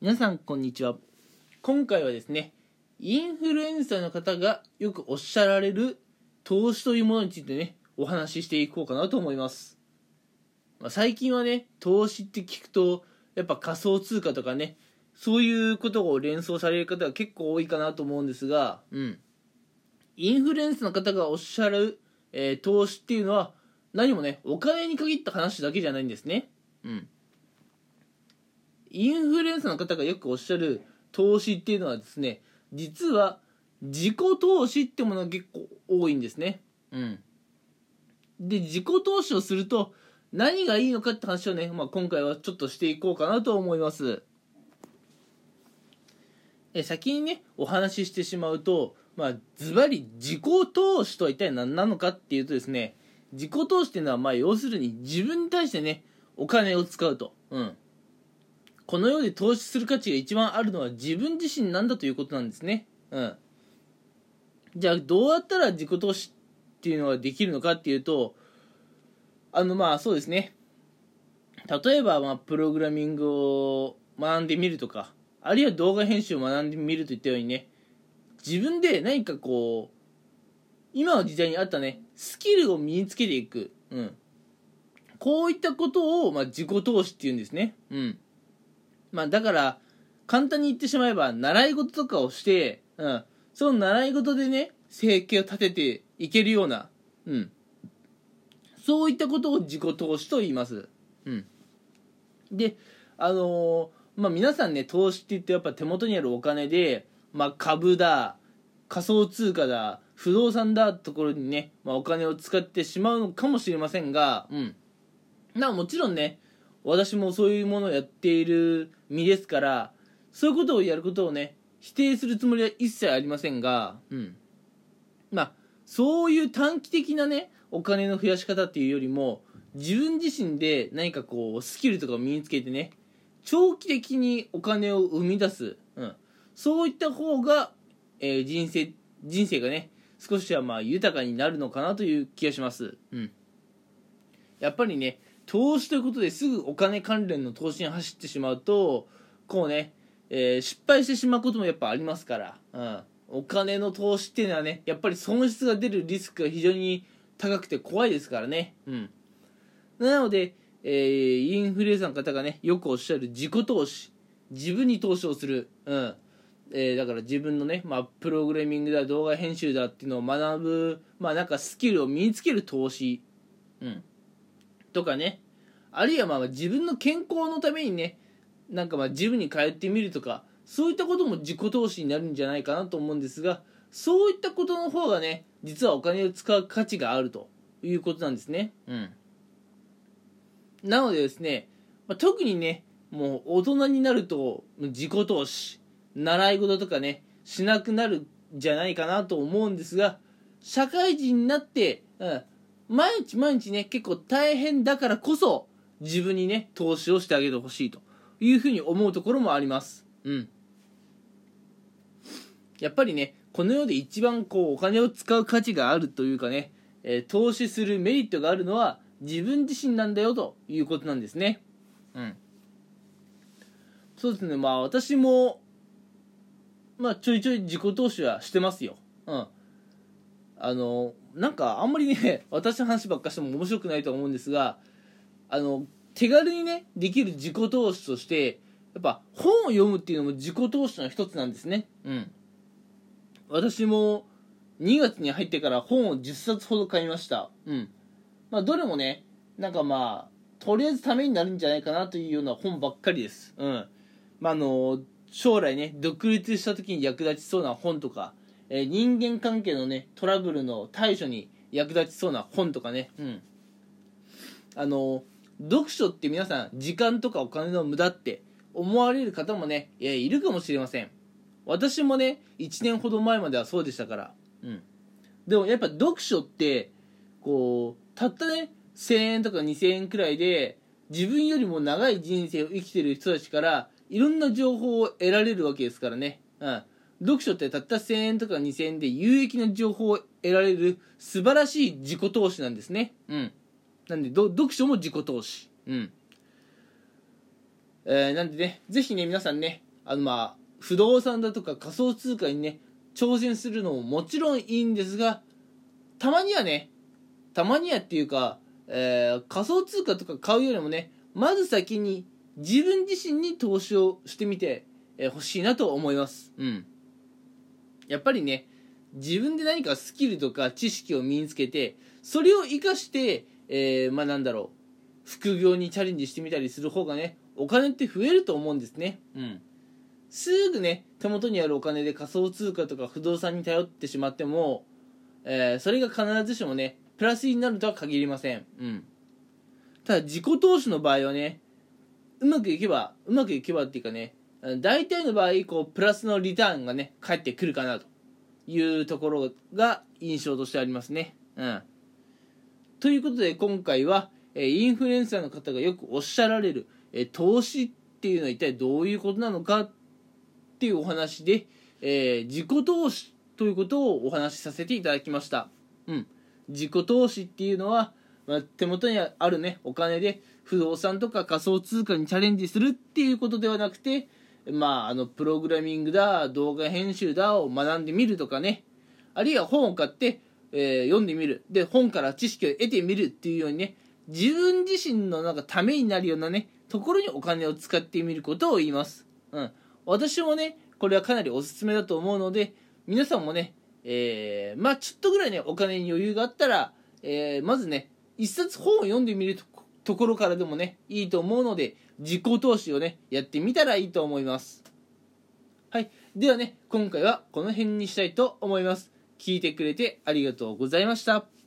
皆さんこんにちは。今回はですね、インフルエンサーの方がよくおっしゃられる投資というものについてね、お話ししていこうかなと思います。最近はね、投資って聞くとやっぱ仮想通貨とかね、そういうことを連想される方が結構多いかなと思うんですが、インフルエンサーの方がおっしゃる、投資っていうのは何もね、お金に限った話だけじゃないんですね。インフルエンサーの方がよくおっしゃる投資っていうのはですね、実は自己投資ってものが結構多いんですね。で、自己投資をすると何がいいのかって話をね、今回はちょっとしていこうかなと思います。先にね、お話ししてしまうと、ズバリ自己投資とは一体何なのかっていうとですね、自己投資っていうのは要するに自分に対してね、お金を使うと。この世で投資する価値が一番あるのは自分自身なんだということなんですね。じゃあどうやったら自己投資っていうのができるのかっていうと、そうですね。例えばプログラミングを学んでみるとか、あるいは動画編集を学んでみるといったようにね、自分で何か今の時代にあったね、スキルを身につけていく。こういったことを自己投資っていうんですね。だから簡単に言ってしまえば習い事とかをして、その習い事でね生計を立てていけるような、そういったことを自己投資と言います。で皆さんね、投資って言ってやっぱ手元にあるお金で、株だ、仮想通貨だ、不動産だところにね、お金を使ってしまうのかもしれませんが、もちろんね、私もそういうものをやっている身ですから、そういうことをやることをね、否定するつもりは一切ありませんが、そういう短期的なね、お金の増やし方っていうよりも、自分自身で何かスキルとかを身につけてね、長期的にお金を生み出す、そういった方が、人生がね、少しは豊かになるのかなという気がします。やっぱりね、投資ということですぐお金関連の投資に走ってしまうと失敗してしまうこともやっぱありますから、お金の投資っていうのはね、やっぱり損失が出るリスクが非常に高くて怖いですからね。なので、インフルエンサーの方がねよくおっしゃる自己投資、自分に投資をする、だから自分のね、プログラミングだ、動画編集だっていうのを学ぶ、なんかスキルを身につける投資、とかね、あるいは自分の健康のためにね、なんかジムに通ってみるとか、そういったことも自己投資になるんじゃないかなと思うんですが、そういったことの方がね、実はお金を使う価値があるということなんですね。なのでですね、特にね、もう大人になると自己投資、習い事とかねしなくなるんじゃないかなと思うんですが、社会人になって、毎日ね結構大変だからこそ自分にね投資をしてあげてほしいというふうに思うところもあります。やっぱりね、この世で一番お金を使う価値があるというかね、投資するメリットがあるのは自分自身なんだよということなんですね。そうですね、私もちょいちょい自己投資はしてますよ。なんかあんまりね私の話ばっかしても面白くないと思うんですが、手軽にねできる自己投資としてやっぱ本を読むっていうのも自己投資の一つなんですね。私も2月に入ってから本を10冊ほど買いました。どれもね、なんかとりあえずためになるんじゃないかなというような本ばっかりです。将来ね独立した時に役立ちそうな本とか、人間関係のねトラブルの対処に役立ちそうな本とかね、読書って皆さん時間とかお金の無駄って思われる方もねいるかもしれません。私もね1年ほど前まではそうでしたから、でもやっぱ読書ってたったね1000円とか2000円くらいで自分よりも長い人生を生きてる人たちからいろんな情報を得られるわけですからね。読書ってたった1000円とか2000円で有益な情報を得られる素晴らしい自己投資なんですね。なんで読書も自己投資。なんでね、ぜひね皆さんね不動産だとか仮想通貨にね挑戦するのももちろんいいんですが、たまにはっていうか、仮想通貨とか買うよりもね、まず先に自分自身に投資をしてみてほしいなと思います。やっぱりね、自分で何かスキルとか知識を身につけて、それを活かして、副業にチャレンジしてみたりする方がね、お金って増えると思うんですね。すぐね、手元にあるお金で仮想通貨とか不動産に頼ってしまっても、それが必ずしもね、プラスになるとは限りません。ただ自己投資の場合はね、うまくいけばっていうかね、大体の場合プラスのリターンがね返ってくるかなというところが印象としてありますね。ということで今回はインフルエンサーの方がよくおっしゃられる投資っていうのは一体どういうことなのかっていうお話で、自己投資ということをお話しさせていただきました。自己投資っていうのは、手元にあるねお金で不動産とか仮想通貨にチャレンジするっていうことではなくて、プログラミングだ、動画編集だを学んでみるとかね、あるいは本を買って、読んでみる、で本から知識を得てみるっていうようにね、自分自身のためになるようなねところにお金を使ってみることを言います。私もねこれはかなりおすすめだと思うので、皆さんもね、ちょっとぐらいねお金に余裕があったら、まずね一冊本を読んでみるところからでもねいいと思うので、自己投資をねやってみたらいいと思います。ではね、今回はこの辺にしたいと思います。聞いてくれてありがとうございました。